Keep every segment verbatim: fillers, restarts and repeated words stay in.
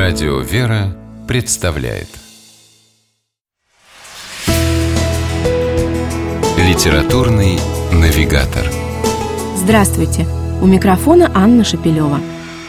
Радио «Вера» представляет Литературный навигатор. Здравствуйте! У микрофона Анна Шапилева.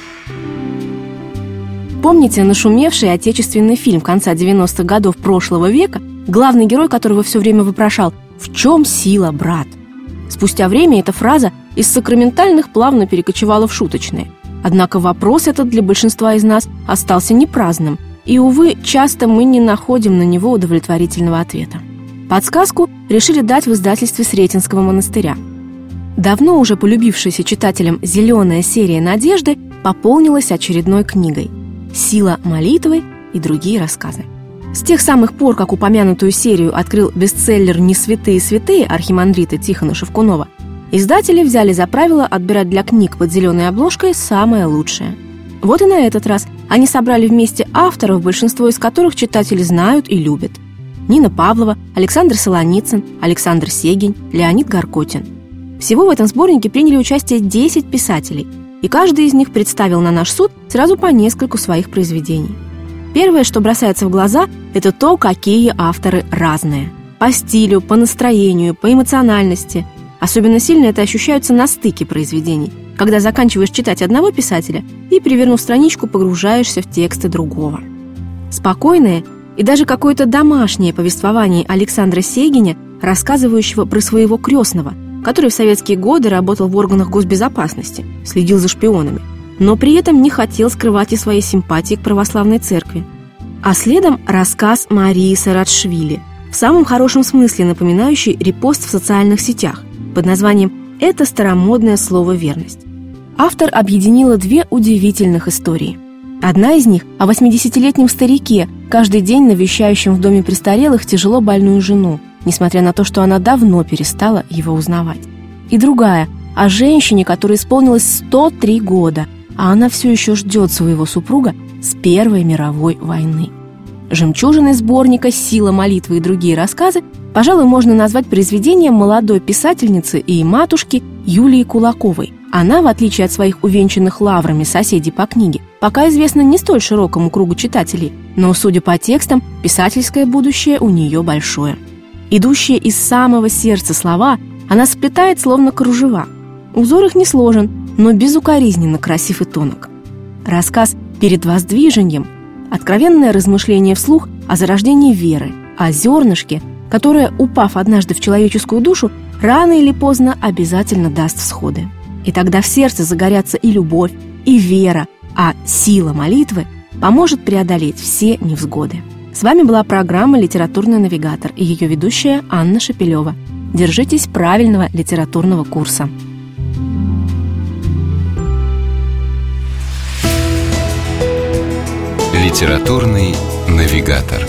Помните нашумевший отечественный фильм конца девяностых годов прошлого века, главный герой которого все время вопрошал «В чем сила, брат?». Спустя время эта фраза из сакраментальных плавно перекочевала в шуточные. Однако вопрос этот для большинства из нас остался непраздным, и, увы, часто мы не находим на него удовлетворительного ответа. Подсказку решили дать в издательстве Сретенского монастыря. Давно уже полюбившаяся читателям «Зеленая серия надежды» пополнилась очередной книгой «Сила молитвы» и другие рассказы. С тех самых пор, как упомянутую серию открыл бестселлер «Не святые святые» архимандрита Тихона Шевкунова, издатели взяли за правило отбирать для книг под зеленой обложкой самое лучшее. Вот и на этот раз они собрали вместе авторов, большинство из которых читатели знают и любят. Нина Павлова, Александр Солоницын, Александр Сегень, Леонид Горкотин. Всего в этом сборнике приняли участие десять писателей, и каждый из них представил на наш суд сразу по нескольку своих произведений. Первое, что бросается в глаза, это то, какие авторы разные. По стилю, по настроению, по эмоциональности. Особенно сильно это ощущается на стыке произведений, когда заканчиваешь читать одного писателя и, перевернув страничку, погружаешься в тексты другого. Спокойное и даже какое-то домашнее повествование Александра Сегеня, рассказывающего про своего крестного, который в советские годы работал в органах госбезопасности, следил за шпионами, но при этом не хотел скрывать и свои симпатии к православной церкви. А следом рассказ Марии Сарадшвили, в самом хорошем смысле напоминающий репост в социальных сетях, под названием «Это старомодное слово «верность». Автор объединила две удивительных истории. Одна из них о восьмидесятилетнем старике, каждый день навещающем в доме престарелых тяжело больную жену, несмотря на то, что она давно перестала его узнавать. И другая о женщине, которой исполнилось сто три года, а она все еще ждет своего супруга с Первой мировой войны. Жемчужиной сборника «Сила молитвы» и другие рассказы, пожалуй, можно назвать произведение молодой писательницы и матушки Юлии Кулаковой. Она, в отличие от своих увенчанных лаврами соседей по книге, пока известна не столь широкому кругу читателей, но, судя по текстам, писательское будущее у нее большое. Идущие из самого сердца слова она сплетает словно кружева. Узор их не сложен, но безукоризненно красив и тонок. Рассказ «Перед воздвижением» — откровенное размышление вслух о зарождении веры, о зернышке, которое, упав однажды в человеческую душу, рано или поздно обязательно даст всходы. И тогда в сердце загорятся и любовь, и вера, а сила молитвы поможет преодолеть все невзгоды. С вами была программа «Литературный навигатор» и ее ведущая Анна Шапилева. Держитесь правильного литературного курса. Литературный навигатор.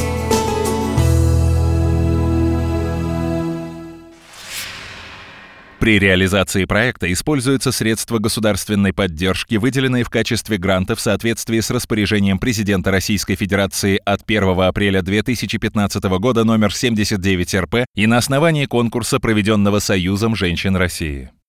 При реализации проекта используются средства государственной поддержки, выделенные в качестве гранта в соответствии с распоряжением президента Российской Федерации от первого апреля две тысячи пятнадцатого года номер семьдесят девять эр пэ и на основании конкурса, проведенного Союзом женщин России.